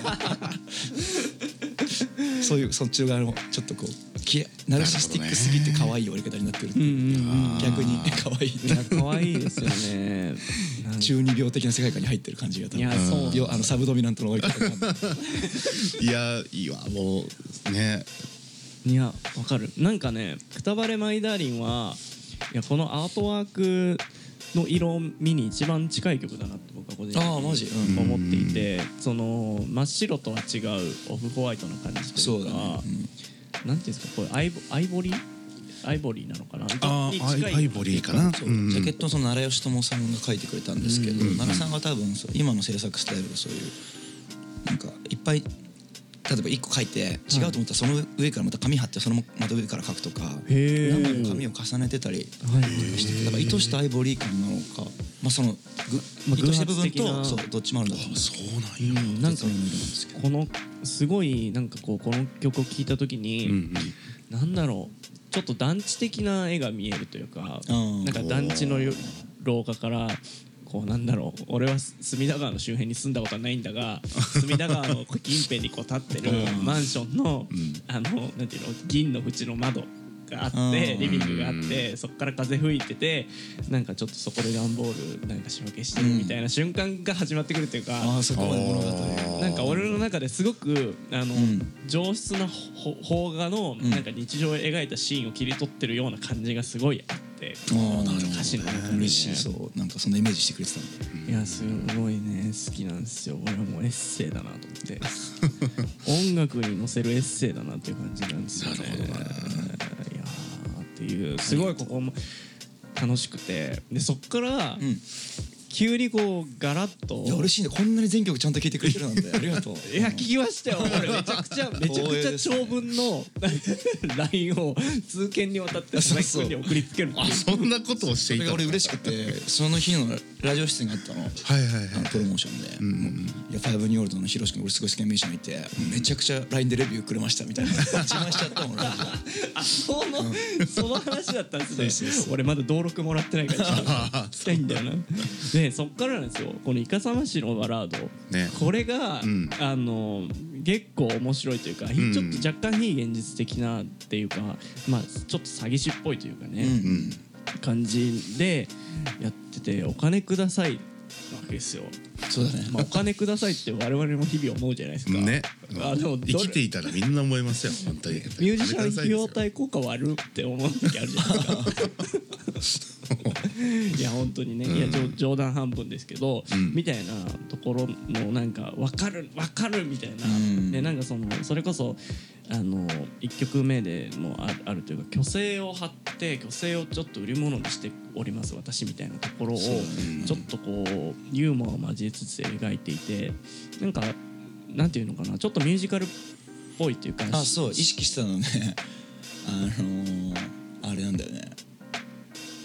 S3: そういうそっち側のちょっとこうナルシスティックすぎて可愛い終わり方になってるっていう、うんうん、逆に可愛い
S1: いや可愛いですよね
S3: 中二病的な世界観に入ってる感じが多分いやそうあのサブドミナントの終わり方が
S2: いやいいわもうね
S1: いやわかるなんかねくたばれマイダーリンはいやこのアートワークの色味に一番近い曲だなって僕は個人的に思っていて、その真っ白とは違うオフホワイトな感じというか
S3: そうだね、
S1: うん、なんていうんですかこれアイボ、アイボリーアイボリーなのかな
S2: あアイボリーかな、うん、
S3: ジャケットのその奈良義友さんが書いてくれたんですけど、うん、奈良さんが多分今の制作スタイルがそういうなんかいっぱい例えばいっこ書いて違うと思ったらその上からまた紙貼ってそのまた上から書くとか何枚も紙を重ねてたりしててだから意図したアイボリー感なのかまあその意図した部分とそうどっちもあるんだと思う。
S2: そうなんや、
S1: うん、なんかこのすごいなんかこうこの曲を聴いた時に、うんうん、なんだろうちょっと団地的な絵が見えるというかなんか団地の廊下からこうなんだろう俺は隅田川の周辺に住んだことはないんだが隅田川の近辺にこう立ってるマンションの、うん、あのなんていうの銀の縁の窓があってリビングがあってそこから風吹いててなんかちょっとそこで段ボールなんか仕分けしてるみたいな瞬間が始まってくるっていうか、うん、
S3: あそこまで物語
S1: なんか俺の中ですごくあの、うん、上質な邦画のなんか日常を描いたシーンを切り取ってるような感じがすごいあって。あなんか歌詞の中に
S3: 嬉しいそうなんかそんなイメージしてくれてたん
S1: でいやすごいね好きなんですよ俺はもうエッセイだなと思って音楽に乗せるエッセイだなっていう感じなんですよね。なるほどねいやっていうすごいここも楽しくてでそっから、うん急にこうガラッと
S3: いや嬉しいねこんなに全曲ちゃんと聴いてくれてるなんてありがとう
S1: いや聞きましたよ俺めちゃくちゃめちゃくちゃ長文の ライン を通勤にわたって佐々木君に送りつける
S2: あそんなことをしていた
S3: 俺嬉しくてその日のラジオ出演があったのはいはいはいプロモーションで、うんうん、いやファイブニューオールドのヒロシ君俺すごい好きなミュージシャンいてめちゃくちゃ ライン でレビューくれましたみたいな自慢しちゃったもん俺
S1: あその、うん、その話だったんですねそうそうそう俺まだ登録もらってないから聞きたいんだよなでそっからなんですよこのイカサマシのバラード、ね、これが、うん、あの結構面白いというか、うん、ちょっと若干非現実的なっていうかまあちょっと詐欺師っぽいというかね、うんうん、感じでやっててお金くださいわけですよ。
S3: そうだね、
S1: まあ、お金くださいって我々も日々思うじゃないですかね
S2: あでも生きていたらみんな思いますよ本当にミ
S1: ュージシャン費用対効果悪って思う時あるじゃないですかいや本当にね、うん、いや冗談半分ですけど、うん、みたいなところのなんか分かる分かるみたいな、うん、でなんかそのそれこそあのいっきょくめでもあ る, あるというか虚勢を張って虚勢をちょっと売り物にしております私みたいなところをちょっとこうユーモアを交えつつ描いていてなんかなんていうのかなちょっとミュージカルっぽいっていうか
S3: あそう意識したのねあのー、あれなんだよね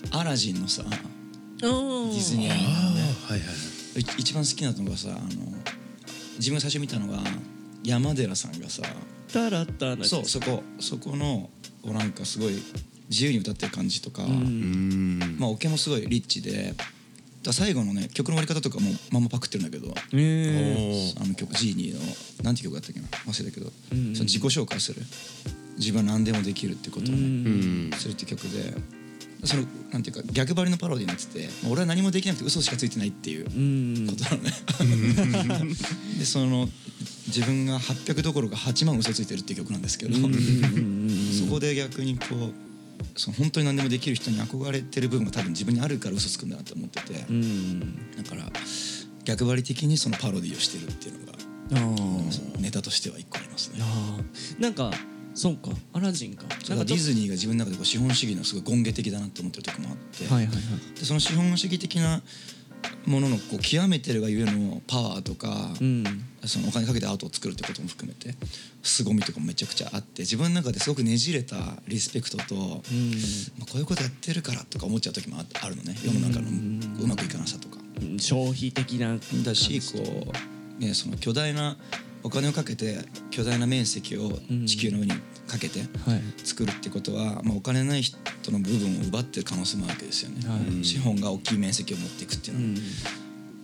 S3: アラジンのさディズニーアニメのね、
S2: はいはい、
S3: 一番好きなのがさ、あの自分が最初見たのが山寺さんがさ
S1: タラッタラ
S3: そうそこそこのなんかすごい自由に歌ってる感じとか、
S2: うん、
S3: まあオケもすごいリッチで、だ最後のね曲の終わり方とかもまんまパクってるんだけど、
S1: え
S3: ー、あの曲ジーニーのなんて曲だったっけな忘れたけど、うん、その自己紹介する自分は何でもできるってことをね、うん、するって曲で、そのなんていうか逆張りのパロディになってて、俺は何もできなくて嘘しかついてないっていうことなのねでその自分がはっぴゃくどころかはちまん嘘ついてるっていう曲なんですけど、そこで逆にこうその本当に何でもできる人に憧れてる部分が多分自分にあるから嘘つくんだなって思ってて、だから逆張り的にそのパロディをしてるっていうのがネタとしてはいっこありますね。
S1: あなんかそうかアラジンか
S3: なんかディズニーが自分の中でこう資本主義のすごい権下的だなって思ってるとこもあって、はいはいはい、でその資本主義的なもののこう極めてるがゆえのパワーとか、うん、そのお金かけてアートを作るってことも含めて凄みとかもめちゃくちゃあって、自分の中ですごくねじれたリスペクトと、うんまあ、こういうことやってるからとか思っちゃう時もあるのね、世の中のうまくいかなさとか、
S1: うん、消費的な
S3: だしこう、ね、その巨大なお金をかけて巨大な面積を地球の上にかけて作るってことは、まあ、お金ない人の部分を奪ってる可能性もあるわけですよね、はい、資本が大きい面積を持っていくっていうのは、うん、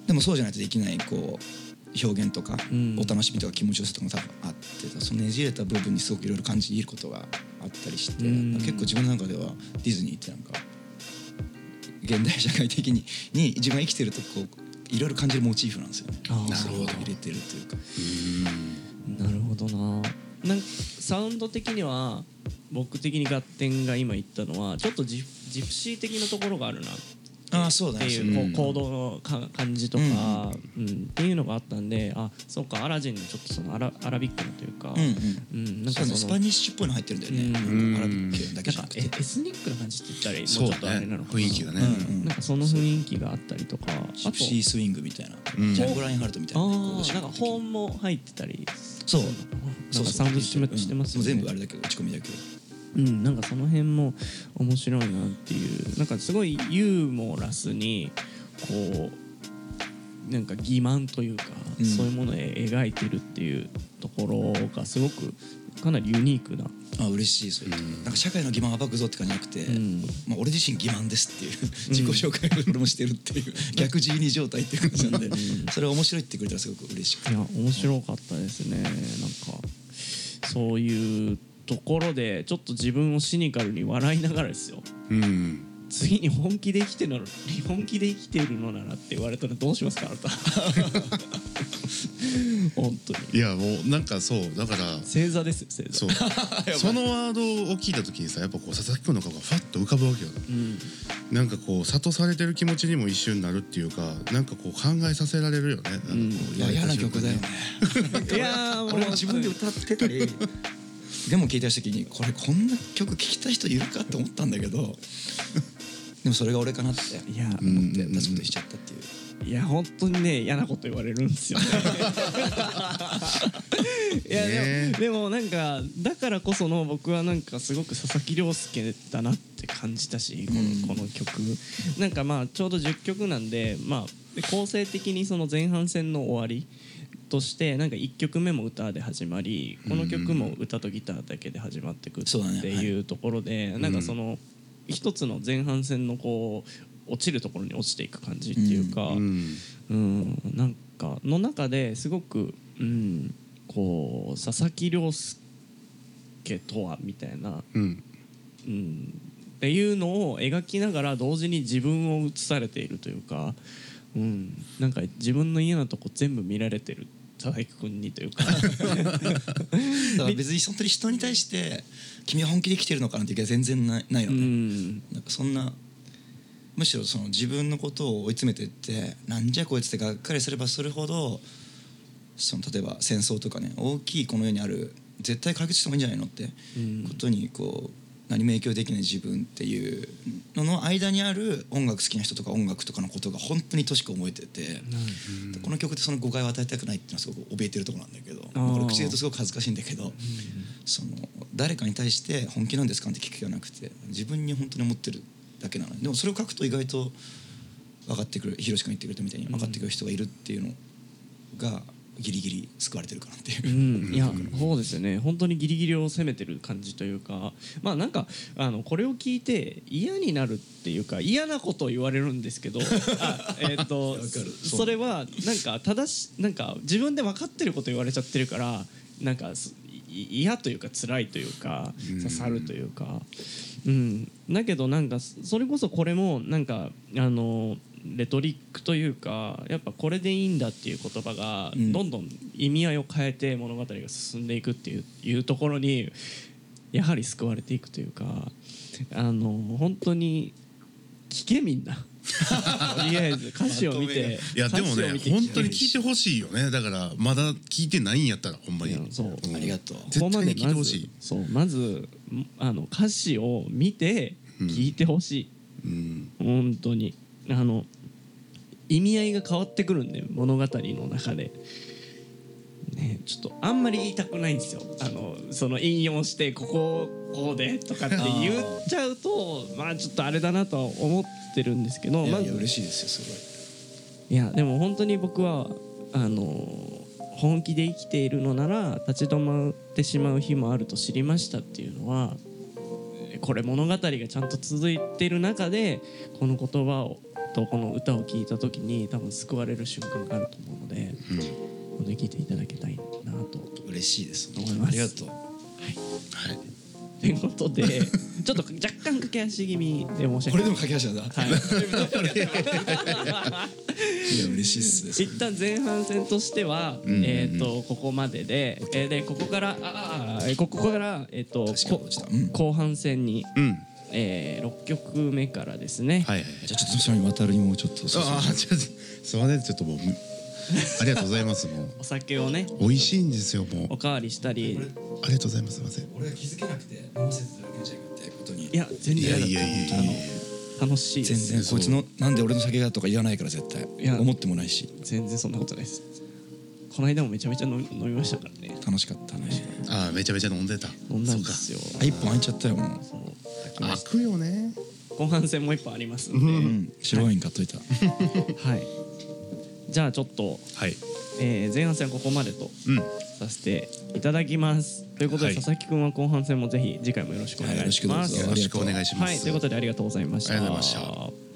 S3: でもそうじゃないとできないこう表現とか、うん、お楽しみとか気持ちよさとかも多分あって、そのねじれた部分にすごくいろいろ感じることがあったりして、うん、結構自分の中ではディズニーってなんか現代社会的にに自分が生きてるとこういろいろ感じるモチーフなんですよね。それを入れてるというか。
S1: うんなるほどな。なんかサウンド的には僕的にガッテンが今言ったのはちょっとジジプシー的なところがあるな
S3: ああそうだね
S1: っていう行動のか感じとか、うんうん、っていうのがあったんで、あそうかアラジンのちょっとそのアラアラビックなというか、うんうんうん、なんかその
S3: スパニッシュっぽいの入ってるんだよね、うん、アラビック系だけじゃなくて
S1: なんかエスニックな感じって言ったらもうちょっとあれなのかな、
S2: 雰囲気がね、
S1: うんうん、なんかその雰囲気があったりとか、
S3: ジプシースイングみたいな、うん、ジャンゴラインハルトみたいな、ね、
S1: あなんかホーンも入ってたり
S3: そう
S1: なんかサウンドしてますよね、
S3: 全部あれだけど打ち込みだけど、
S1: うん、なんかその辺も面白いなっていう、なんかすごいユーモラスにこうなんか欺瞞というか、うん、そういうものを描いてるっていうところがすごくかなりユニークな。
S3: あ嬉しい、それ、うん、なんか社会の欺瞞を暴くぞって感じじゃなくて、うんまあ、俺自身欺瞞ですっていう自己紹介を俺もしてるっていう逆ジーニー状態っていう感じなんで、うん、それは面白いって言ってくれたらすごく嬉しくて、
S1: いや面白かったですね。なんかそういうところでちょっと自分をシニカルに笑いながらですよ、うん、次に本気で生きてるの本気で生きてるのならって言われたらどうしますかあなた本当に。い
S2: やもうなんかそうだから
S1: 星座ですよ星座。
S2: そうそのワードを聞いた時にさ、やっぱこう佐々木君の顔がファッと浮かぶわけよ、うん、なんかこう諭されてる気持ちにも一瞬なるっていうか、なんかこう考えさせられるよね、うん、
S3: いや嫌な曲だよねいや俺は自分で歌ってたりでも聞いた時にこれこんな曲聴きたい人いるかって思ったんだけどでもそれが俺かなって思って出すことしちゃったっていう。
S1: いや本当にね嫌なこと言われるんですよねいやでも、でもなんかだからこその僕はなんかすごく佐々木亮介だなって感じたし、この、この曲なんかまあちょうどじゅっきょくなんで、まあ構成的にその前半戦の終わりとしてなんかいっきょくめも歌で始まり、この曲も歌とギターだけで始まってくっていうところで、なんかその一つの前半戦のこう落ちるところに落ちていく感じっていうか、うんうん、なんかの中ですごく、うん、こう佐々木亮介とはみたいな、うんうん、っていうのを描きながら同時に自分を映されているというか、うん、なんか自分の嫌なとこ全部見られてる佐々木君にというかだから
S3: 別に本当に人に対して君は本気で生きてるのかなっていう気は全然ないのね、うん、なんかそんなむしろその自分のことを追い詰めていってなんじゃこいつってがっかりすればするほど、その例えば戦争とかね、大きいこの世にある絶対解決した方がいいんじゃないのってことにこう何も影響できない自分っていうのの間にある音楽好きな人とか音楽とかのことが本当に等しく思えてて、うん、この曲ってその誤解を与えたくないっていうのはすごく怯えてるところなんだけど、これ口で言うとすごく恥ずかしいんだけど、うん、その誰かに対して本気なんですかって聞く気はなくて、自分に本当に思ってるだけなの。でもそれを書くと意外と分かってくる、ひろし君言ってくれたみたいに分かってくる人がいるっていうのがギリギリ救われてるかなっていう、
S1: うん、いやそうですよね。本当にギリギリを攻めてる感じというか、まあなんかあのこれを聞いて嫌になるっていうか嫌なことを言われるんですけどあ、えー、とそ, それはなんか正しなんか自分で分かってること言われちゃってるからなんか嫌というか辛いというか刺さるというか、うん、だけどなんかそれこそこれもなんかあのレトリックというかやっぱこれでいいんだっていう言葉がどんどん意味合いを変えて物語が進んでいくっていう、いうところにやはり救われていくというか、あの本当に聞けみんなとりあえず歌詞を見て
S2: いやでもね本当に聞いてほしいよね。だからまだ聞いてないんやったらほんまに
S3: そう、うん、ありがとう。
S2: 絶対に聞いてほしい。
S1: そうまずあの歌詞を見て聞いてほしい、うん、本当にあの意味合いが変わってくるんで物語の中で、ね、ちょっとあんまり言いたくないんですよ。あのその引用してこここうでとかって言っちゃうとまあちょっとあれだなとは思ってるんですけど、
S3: いや
S1: まず
S3: いや嬉しいですよす
S1: ごい。いやでも本当に僕はあの本気で生きているのなら立ち止まってしまう日もあると知りましたっていうのは、これ物語がちゃんと続いている中でこの言葉をとこの歌を聴いた時に多分救われる瞬間があると思うので、うん、これ聞いていただきたいなと
S3: 嬉しいです
S1: 思います。
S3: ありがとう。
S1: はい、はいということでちょっと若干駆け足気味で申し訳ない。
S3: これでも駆け足なんだ。はいいや嬉しいっすね。
S1: 一旦前半戦としては、うんうんうん、えっ、ー、とここまでで、えー、でここからああここからえっ、ー、と、うん、後半戦に、うんえー、ろっきょくめからですね。
S3: はいはい。じゃあちょっとそれに渡るにもちょっと。
S2: ああちょっとすみませんちょっともうありがとうございます。もう
S1: お酒をね
S2: 美味しいんですよもう
S1: おかわりしたり。
S2: ありがとうございます。すみません。
S3: 俺が気づけなくて飲ませてただけじゃないかってことに。
S1: いや全然
S2: いやいやいやいや
S1: 楽しいです。
S3: 全然こいつのなんで俺の酒だとか言わないから絶対。いや思ってもないし。
S1: 全然そんなことないです。この間もめちゃめちゃ飲み、飲みましたからね。
S3: 楽しかったね。
S2: ああめちゃめちゃ飲んでた。
S1: 飲んだんですよ。
S3: あ一本開いちゃったよもう。
S2: 開くよね。
S1: 後半戦もう一本ありますんで、
S3: うん、白ワイン買っといた。
S1: はい。じゃあちょっと、はいえー、前半戦はここまでとさせていただきます。ということで、はい、佐々木くんは後半戦もぜひ次回もよろしくお願いします。
S2: よろしくお願いします。
S1: はいということでありがとうございました。
S2: ありがとうございました。